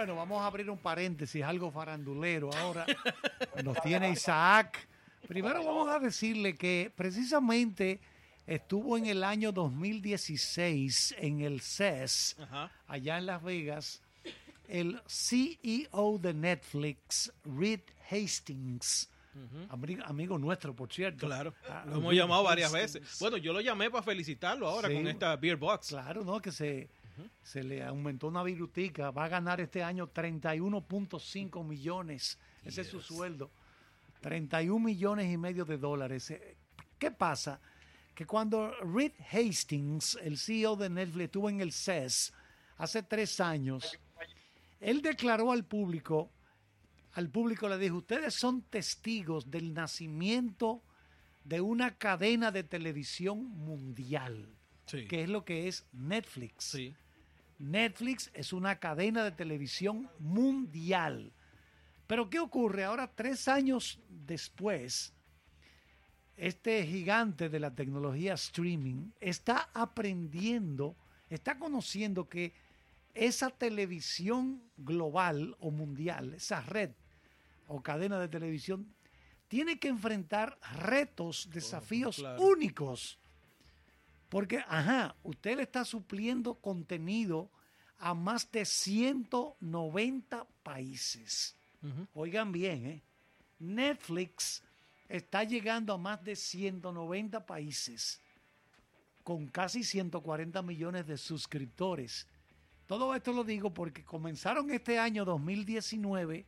Bueno, vamos a abrir un paréntesis, algo farandulero ahora. Nos tiene Isaac. Primero vamos a decirle que precisamente estuvo en el año 2016 en el CES, allá en Las Vegas, el CEO de Netflix, Reed Hastings. Amigo nuestro, por cierto. Claro, lo hemos llamado varias veces. Bueno, yo lo llamé para felicitarlo ahora con esta Beer Box. Claro, ¿no? Que se le aumentó una virutica. Va a ganar este año 31.5 millones. Ese es su sueldo. 31 millones y medio de dólares. ¿Qué pasa? Que cuando Reed Hastings, el CEO de Netflix, estuvo en el CES hace 3 años, él declaró al público le dijo, ustedes son testigos del nacimiento de una cadena de televisión mundial, que es lo que es Netflix. Sí. Netflix es una cadena de televisión mundial. Pero ¿qué ocurre? Ahora, 3 años después, este gigante de la tecnología streaming está aprendiendo, está conociendo que esa televisión global o mundial, esa red o cadena de televisión, tiene que enfrentar retos, desafíos únicos. Porque, usted le está supliendo contenido a más de 190 países. Oigan bien, Netflix está llegando a más de 190 países con casi 140 millones de suscriptores. Todo esto lo digo porque comenzaron este año 2019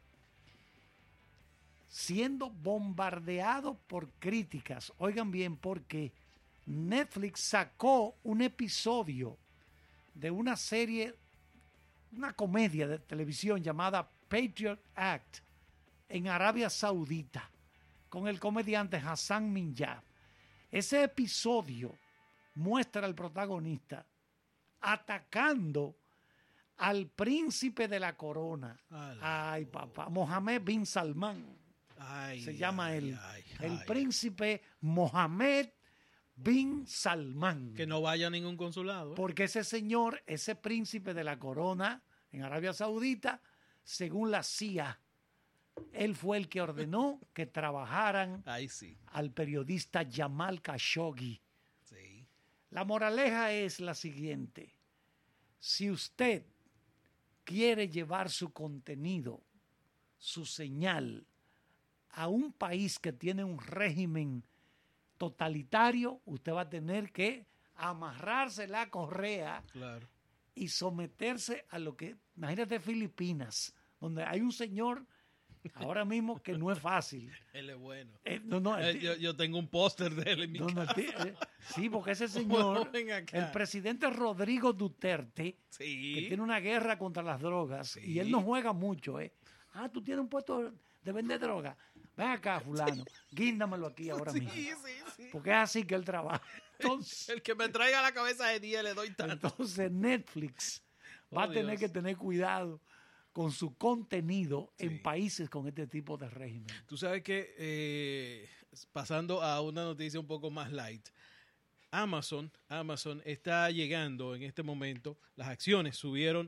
siendo bombardeados por críticas. Oigan bien, porque Netflix sacó un episodio de una serie, una comedia de televisión llamada Patriot Act en Arabia Saudita con el comediante Hassan Minhaj. Ese episodio muestra al protagonista atacando al príncipe de la corona. Ay, papá, Mohammed bin Salman. Se llama él. El príncipe Mohammed bin Salman. Que no vaya a ningún consulado. Porque ese señor, ese príncipe de la corona en Arabia Saudita, según la CIA, él fue el que ordenó que trabajaran al periodista Jamal Khashoggi. Sí. La moraleja es la siguiente. Si usted quiere llevar su contenido, su señal, a un país que tiene un régimen totalitario, usted va a tener que amarrarse la correa y someterse a lo que, imagínate Filipinas, donde hay un señor ahora mismo que no es fácil. Él es bueno. Yo tengo un póster de él en mi casa. Sí, porque ese señor, el presidente Rodrigo Duterte, que tiene una guerra contra las drogas, y él no juega mucho, tú tienes un puesto de vender droga. Ven acá, fulano, guíndamelo aquí ahora mismo. Sí. Porque es así que él trabaja. Entonces, el que me traiga la cabeza de día le doy tanto. Entonces Netflix va a tener que tener cuidado con su contenido en países con este tipo de régimen. Tú sabes que, pasando a una noticia un poco más light, Amazon está llegando en este momento, las acciones subieron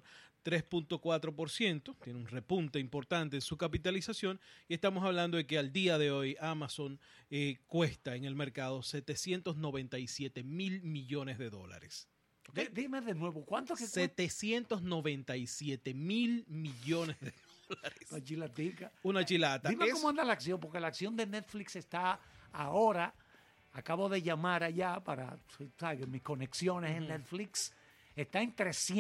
3.4%, tiene un repunte importante en su capitalización y estamos hablando de que al día de hoy Amazon cuesta en el mercado 797 mil millones de dólares. ¿Okay? Dime de nuevo, ¿cuánto que 797 mil millones de dólares. Una chilatica. Una chilata. Dime cómo anda la acción, porque la acción de Netflix está ahora, acabo de llamar allá para, ¿sabes? Mis conexiones en Netflix, está en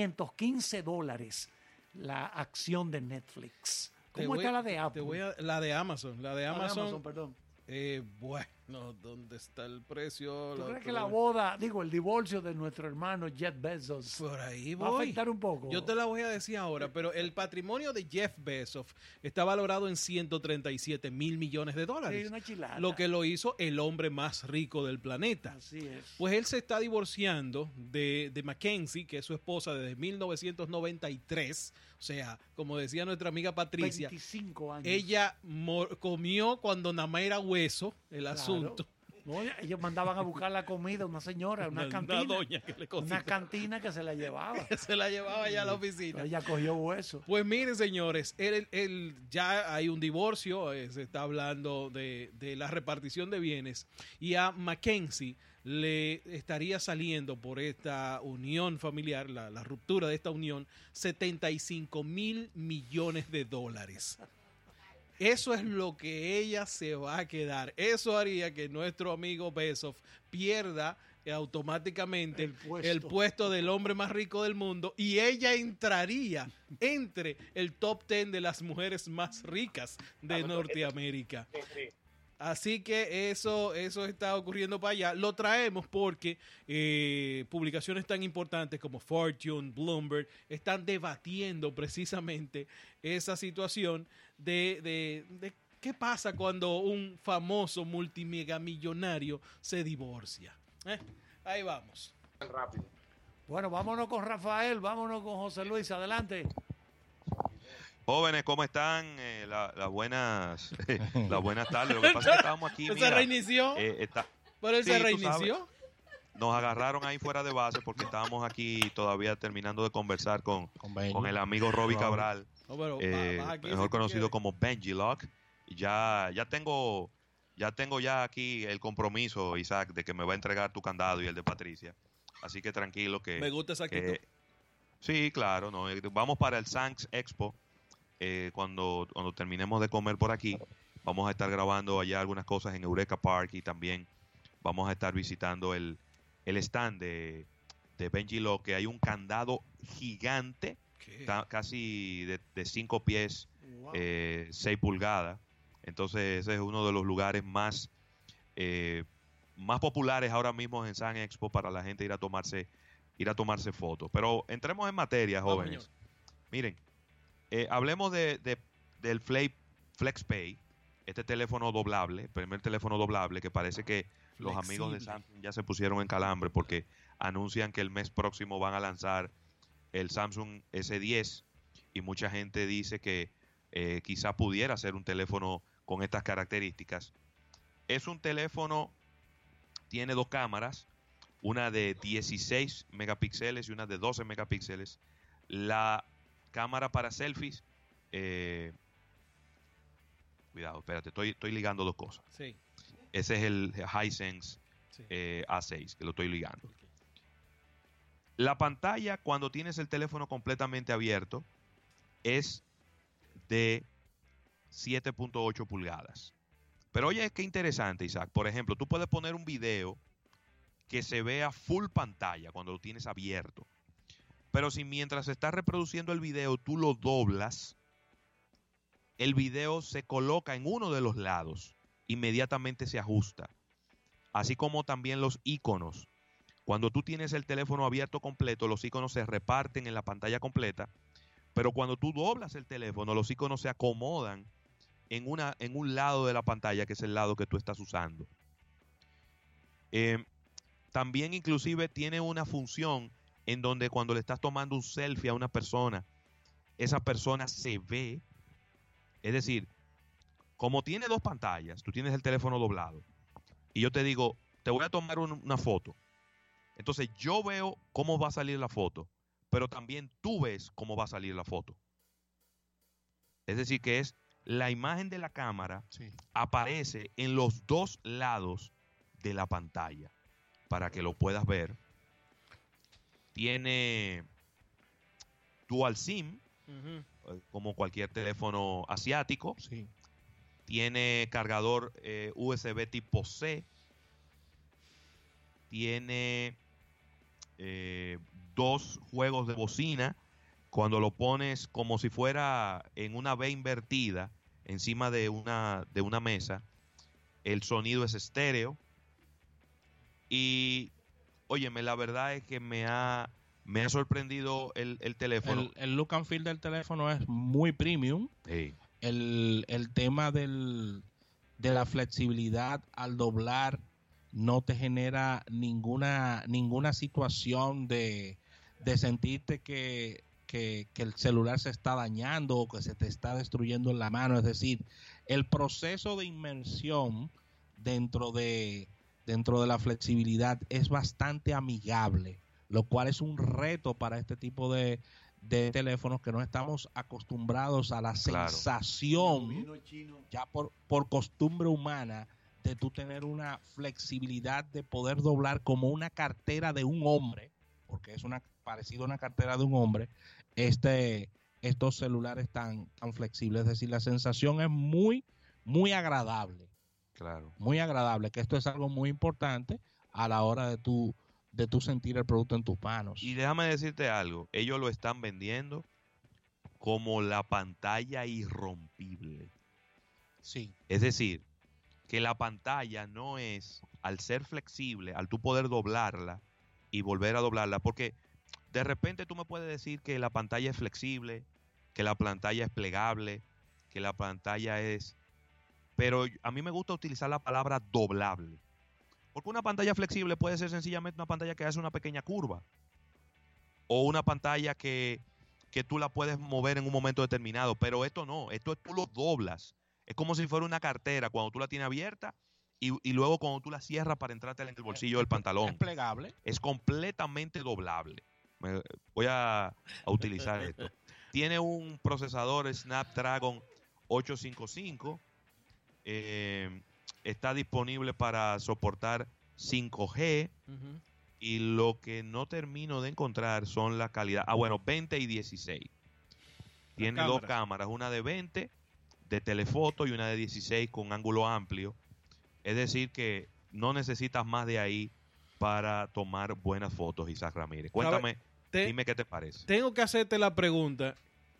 $315 la acción de Netflix. ¿Cómo está la de Apple? La de Amazon. La de Amazon, perdón. Bueno, ¿dónde está el precio? ¿Tú crees que la boda, el divorcio de nuestro hermano Jeff Bezos por ahí va a afectar un poco? Yo te la voy a decir ahora, pero el patrimonio de Jeff Bezos está valorado en 137 mil millones de dólares. Sí, una chilada. Lo que lo hizo el hombre más rico del planeta. Así es. Pues él se está divorciando de Mackenzie, que es su esposa desde 1993. O sea, como decía nuestra amiga Patricia, 25 años. Ella comió cuando nada más era hueso el asunto. No, ellos mandaban a buscar la comida a una señora, una cantina. Una doña que le Una cantina que se la llevaba. se la llevaba ya a la oficina. Ella cogió hueso. Pues miren, señores, ya hay un divorcio, se está hablando de la repartición de bienes, y a Mackenzie le estaría saliendo por esta unión familiar, la ruptura de esta unión, $75 mil millones. Eso es lo que ella se va a quedar. Eso haría que nuestro amigo Bezos pierda automáticamente el puesto del hombre más rico del mundo, y ella entraría entre el top 10 de las mujeres más ricas de Norteamérica. Así que eso está ocurriendo para allá. Lo traemos porque publicaciones tan importantes como Fortune, Bloomberg, están debatiendo precisamente esa situación de qué pasa cuando un famoso multimegamillonario se divorcia. Ahí vamos. Rápido. Bueno, vámonos con Rafael, vámonos con José Luis. Adelante. Jóvenes, ¿cómo están? Las buenas tardes. Lo que pasa es que estábamos aquí. ¿Se reinició? ¿Pero él se reinició? Nos agarraron ahí fuera de base porque estábamos aquí todavía terminando de conversar con el amigo Robbie Cabral, mejor conocido como Benji Lock. Ya tengo aquí el compromiso, Isaac, de que me va a entregar tu candado y el de Patricia. Así que tranquilo que... Me gusta esa actitud. Sí, claro. No, vamos para el Sanks Expo. Cuando terminemos de comer por aquí, vamos a estar grabando allá algunas cosas en Eureka Park, y también vamos a estar visitando el stand de Benji Lo, que hay un candado gigante, casi de 5 pies, wow. 6 pulgadas. Entonces ese es uno de los lugares más populares ahora mismo en San Expo para la gente ir a tomarse fotos. Pero entremos en materia, jóvenes. Miren, hablemos del FlexPay, este teléfono doblable, el primer teléfono doblable, que parece que los amigos de Samsung ya se pusieron en calambre porque anuncian que el mes próximo van a lanzar el Samsung S10, y mucha gente dice que quizá pudiera ser un teléfono con estas características. Es un teléfono, tiene 2 cámaras, una de 16 megapíxeles y una de 12 megapíxeles. La cámara para selfies, cuidado, espérate, estoy ligando 2 cosas. Sí. Ese es el Hisense A6, que lo estoy ligando. Okay. La pantalla, cuando tienes el teléfono completamente abierto, es de 7.8 pulgadas. Pero oye, qué interesante, Isaac. Por ejemplo, tú puedes poner un video que se vea full pantalla cuando lo tienes abierto. Pero si mientras estás reproduciendo el video tú lo doblas, el video se coloca en uno de los lados, inmediatamente se ajusta. Así como también los iconos. Cuando tú tienes el teléfono abierto completo, los iconos se reparten en la pantalla completa, pero cuando tú doblas el teléfono, los iconos se acomodan en un lado de la pantalla, que es el lado que tú estás usando. También inclusive tiene una función en donde cuando le estás tomando un selfie a una persona, esa persona se ve. Es decir, como tiene 2 pantallas, tú tienes el teléfono doblado, y yo te digo, te voy a tomar una foto. Entonces yo veo cómo va a salir la foto, pero también tú ves cómo va a salir la foto. Es decir, que es la imagen de la cámara, sí, aparece en los 2 lados de la pantalla para que lo puedas ver. Tiene Dual SIM, como cualquier teléfono asiático. Sí. Tiene cargador USB tipo C. Tiene 2 juegos de bocina. Cuando lo pones como si fuera en una V invertida encima de una mesa, el sonido es estéreo. Y óyeme, la verdad es que me ha sorprendido el teléfono. El look and feel del teléfono es muy premium. Sí. El tema de la flexibilidad al doblar no te genera ninguna situación de sentirte que el celular se está dañando o que se te está destruyendo en la mano. Es decir, el proceso de inmersión dentro de dentro de la flexibilidad, es bastante amigable, lo cual es un reto para este tipo de teléfonos que no estamos acostumbrados a la sensación, ya por costumbre humana, de tú tener una flexibilidad de poder doblar como una cartera de un hombre, porque es parecido a una cartera de un hombre, estos celulares tan flexibles. Es decir, la sensación es muy, muy agradable. Claro. Muy agradable, que esto es algo muy importante a la hora de tú sentir el producto en tus manos. Y déjame decirte algo, ellos lo están vendiendo como la pantalla irrompible. Sí. Es decir, que la pantalla no es, al ser flexible, al tú poder doblarla y volver a doblarla, porque de repente tú me puedes decir que la pantalla es flexible, que la pantalla es plegable, que la pantalla es... Pero a mí me gusta utilizar la palabra doblable. Porque una pantalla flexible puede ser sencillamente una pantalla que hace una pequeña curva. O una pantalla que tú la puedes mover en un momento determinado. Pero esto no, esto tú lo doblas. Es como si fuera una cartera cuando tú la tienes abierta y luego cuando tú la cierras para entrarte en el bolsillo del pantalón. Es plegable. Es completamente doblable. Voy a utilizar esto. Tiene un procesador Snapdragon 855. Está disponible para soportar 5G. Y lo que no termino de encontrar son la calidad. Bueno, 20 y 16. Tiene dos cámaras, una de 20 de telefoto y una de 16 con ángulo amplio. Es decir que no necesitas más de ahí para tomar buenas fotos, Isaac Ramírez. Cuéntame, dime qué te parece. Tengo que hacerte la pregunta,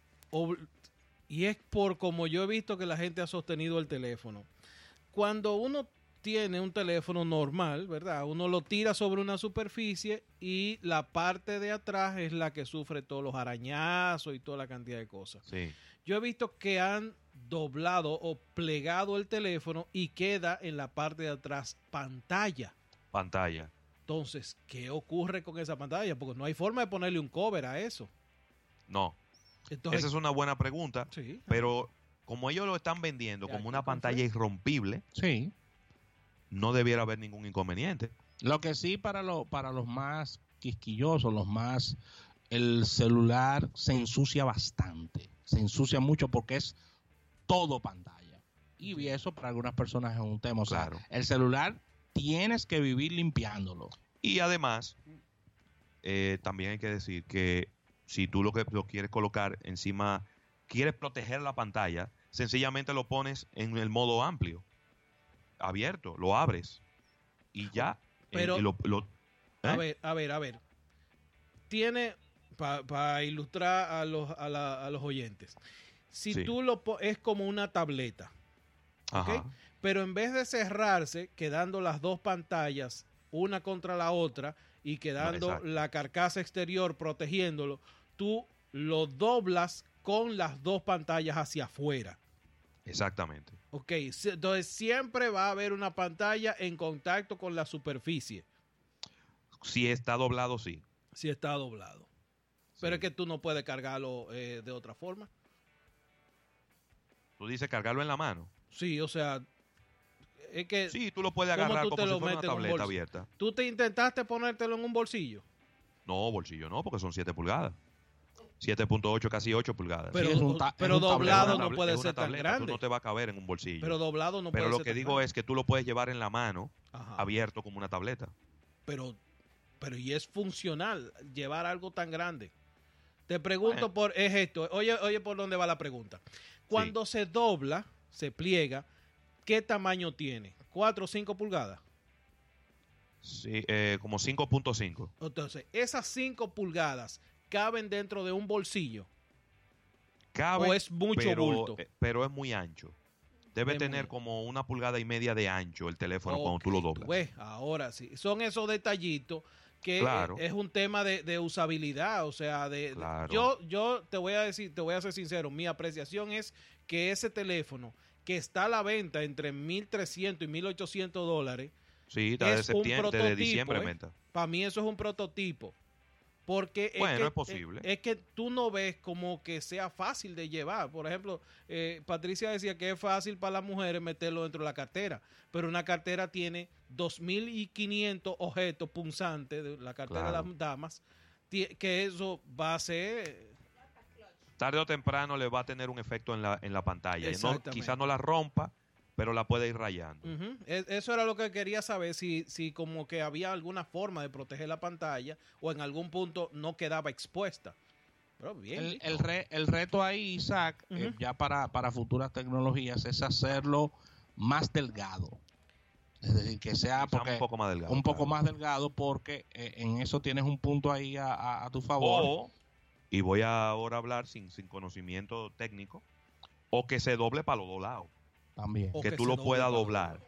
y es por como yo he visto que la gente ha sostenido el teléfono. Cuando uno tiene un teléfono normal, ¿verdad? Uno lo tira sobre una superficie y la parte de atrás es la que sufre todos los arañazos y toda la cantidad de cosas. Sí. Yo he visto que han doblado o plegado el teléfono y queda en la parte de atrás pantalla. Entonces, ¿qué ocurre con esa pantalla? Porque no hay forma de ponerle un cover a eso. No. Entonces, esa es una buena pregunta, sí. Pero como ellos lo están vendiendo como una pantalla irrompible, sí, no debiera haber ningún inconveniente. Lo que sí para los más quisquillosos, el celular se ensucia bastante. Se ensucia mucho porque es todo pantalla. Y eso para algunas personas es un tema. O sea, claro. El celular tienes que vivir limpiándolo. Y además, también hay que decir que si tú lo quieres colocar encima, quieres proteger la pantalla, sencillamente lo pones en el modo amplio, abierto, lo abres y ya. Pero, a ver. Tiene, para ilustrar a los oyentes, si sí. Tú es como una tableta, ¿okay? Pero en vez de cerrarse, quedando las dos pantallas una contra la otra y quedando la carcasa exterior protegiéndolo, tú lo doblas con las dos pantallas hacia afuera. Exactamente. Ok, entonces siempre va a haber una pantalla en contacto con la superficie. Si está doblado, sí. Si está doblado. Sí. Pero es que tú no puedes cargarlo de otra forma. ¿Tú dices cargarlo en la mano? Sí, o sea, es que... Sí, tú lo puedes agarrar como si fuera una tableta abierta. ¿Tú te intentaste ponértelo en un bolsillo? No, bolsillo no, porque son 7 pulgadas. 7.8, casi 8 pulgadas. Pero doblado no puede ser tan grande. No te va a caber en un bolsillo. Pero doblado no puede ser tan grande. Pero lo que digo es que tú lo puedes llevar en la mano, abierto como una tableta. Pero y es funcional llevar algo tan grande. Te pregunto es esto. Oye por dónde va la pregunta. Cuando se dobla, se pliega, ¿qué tamaño tiene? ¿4 o 5 pulgadas? Sí, como 5.5. Entonces, esas 5 pulgadas ¿caben dentro de un bolsillo? Cabe, ¿o es mucho bulto? Pero es muy ancho. Debe tener como 1,5 pulgadas de ancho el teléfono cuando tú lo doblas. Pues, ahora sí. Son esos detallitos que es un tema de usabilidad. O sea, yo te voy a ser sincero, mi apreciación es que ese teléfono que está a la venta entre $1,300 y $1,800, sí, está de diciembre en venta. Para mí eso es un prototipo. Porque es posible. Es que tú no ves como que sea fácil de llevar. Por ejemplo, Patricia decía que es fácil para las mujeres meterlo dentro de la cartera, pero una cartera tiene 2.500 objetos punzantes de la cartera de las damas, que eso va a ser... Tarde o temprano le va a tener un efecto en la pantalla. Quizás no la rompa, pero la puede ir rayando. Eso era lo que quería saber, si como que había alguna forma de proteger la pantalla o en algún punto no quedaba expuesta. Pero bien. El reto ahí, Isaac, ya para futuras tecnologías, es hacerlo más delgado. Es decir, que sea un poco más delgado. Más delgado, porque en eso tienes un punto ahí a tu favor. Y voy ahora a hablar sin conocimiento técnico, o que se doble para los dos lados. También. Que tú lo puedas doblar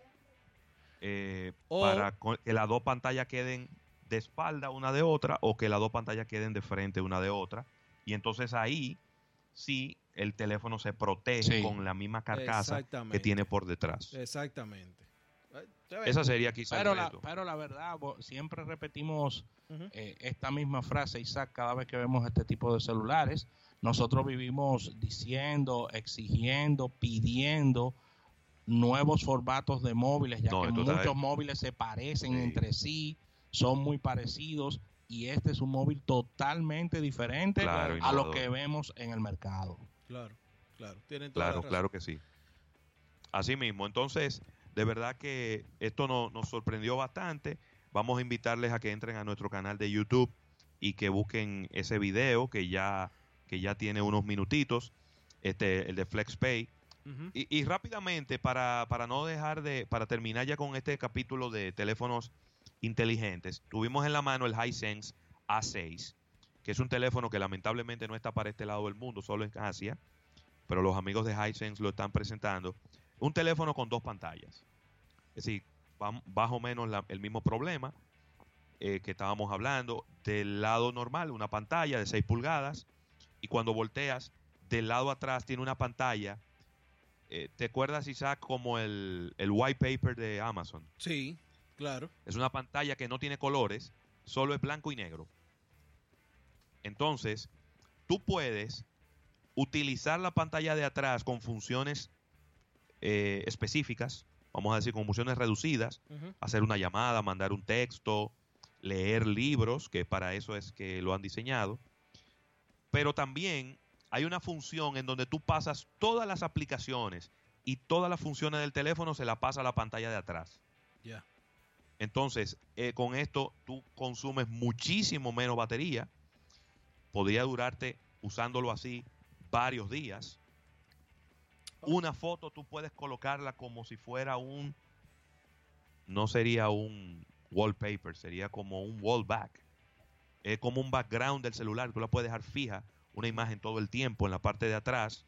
para que las dos pantallas queden de espalda una de otra, o que las dos pantallas queden de frente una de otra. Y entonces ahí sí el teléfono se protege con la misma carcasa que tiene por detrás. Exactamente. Esa sería quizás el reto. Pero la verdad, siempre repetimos esta misma frase, Isaac, cada vez que vemos este tipo de celulares. Nosotros vivimos diciendo, exigiendo, pidiendo nuevos formatos de móviles, ya que muchos móviles se parecen entre sí, son muy parecidos, y este es un móvil totalmente diferente a lo que vemos en el mercado. Claro. Tienen toda la razón. Claro que sí. Así mismo, entonces, de verdad que esto nos sorprendió bastante. Vamos a invitarles a que entren a nuestro canal de YouTube y que busquen ese video que ya tiene unos minutitos, el de FlexPay. Y rápidamente, para no dejar para terminar ya con este capítulo de teléfonos inteligentes, tuvimos en la mano el Hisense A6, que es un teléfono que lamentablemente no está para este lado del mundo, solo en Asia, pero los amigos de Hisense lo están presentando. Un teléfono con dos pantallas, es decir, más o menos el mismo problema que estábamos hablando. Del lado normal, una pantalla de 6 pulgadas, y cuando volteas, del lado atrás tiene una pantalla. ¿Te acuerdas, Isaac, como el white paper de Amazon? Sí, claro. Es una pantalla que no tiene colores, solo es blanco y negro. Entonces, tú puedes utilizar la pantalla de atrás con funciones específicas, vamos a decir, con funciones reducidas, hacer una llamada, mandar un texto, leer libros, que para eso es que lo han diseñado. Pero también hay una función en donde tú pasas todas las aplicaciones y todas las funciones del teléfono, se la pasa a la pantalla de atrás. Ya. Entonces, con esto tú consumes muchísimo menos batería. Podría durarte, usándolo así, varios días. Una foto tú puedes colocarla como si fuera no sería un wallpaper, sería como un wallback. Es como un background del celular, tú la puedes dejar fija, una imagen todo el tiempo en la parte de atrás.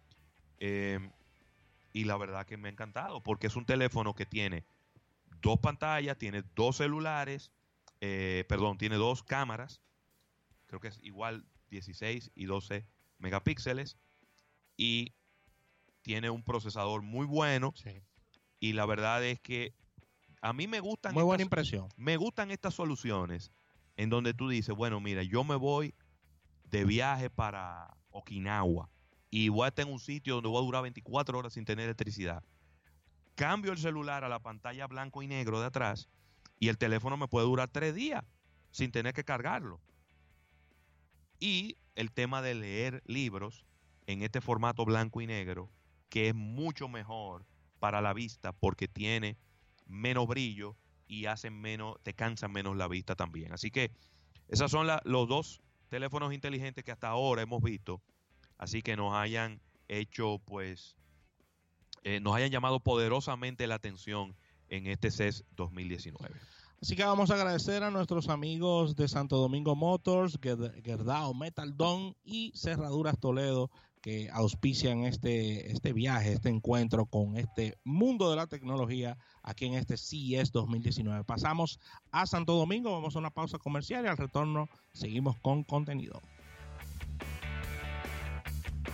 Y la verdad que me ha encantado, porque es un teléfono que tiene dos pantallas, tiene dos celulares, tiene dos cámaras, creo que es igual 16 y 12 megapíxeles, y tiene un procesador muy bueno. Sí. Y la verdad es que a mí me gustan buena impresión. Me gustan estas soluciones en donde tú dices, bueno, mira, yo me voy de viaje para Okinawa y voy a estar en un sitio donde voy a durar 24 horas sin tener electricidad. Cambio el celular a la pantalla blanco y negro de atrás y el teléfono me puede durar 3 días sin tener que cargarlo. Y el tema de leer libros en este formato blanco y negro, que es mucho mejor para la vista porque tiene menos brillo y te cansan menos la vista también. Así que esos son los dos teléfonos inteligentes que hasta ahora hemos visto, así que nos hayan hecho, nos hayan llamado poderosamente la atención en este CES 2019. Así que vamos a agradecer a nuestros amigos de Santo Domingo Motors, Gerdau Metal Dome y Cerraduras Toledo, que auspician este viaje, este encuentro con este mundo de la tecnología aquí en este CES 2019. Pasamos a Santo Domingo, vamos a una pausa comercial y al retorno seguimos con contenido.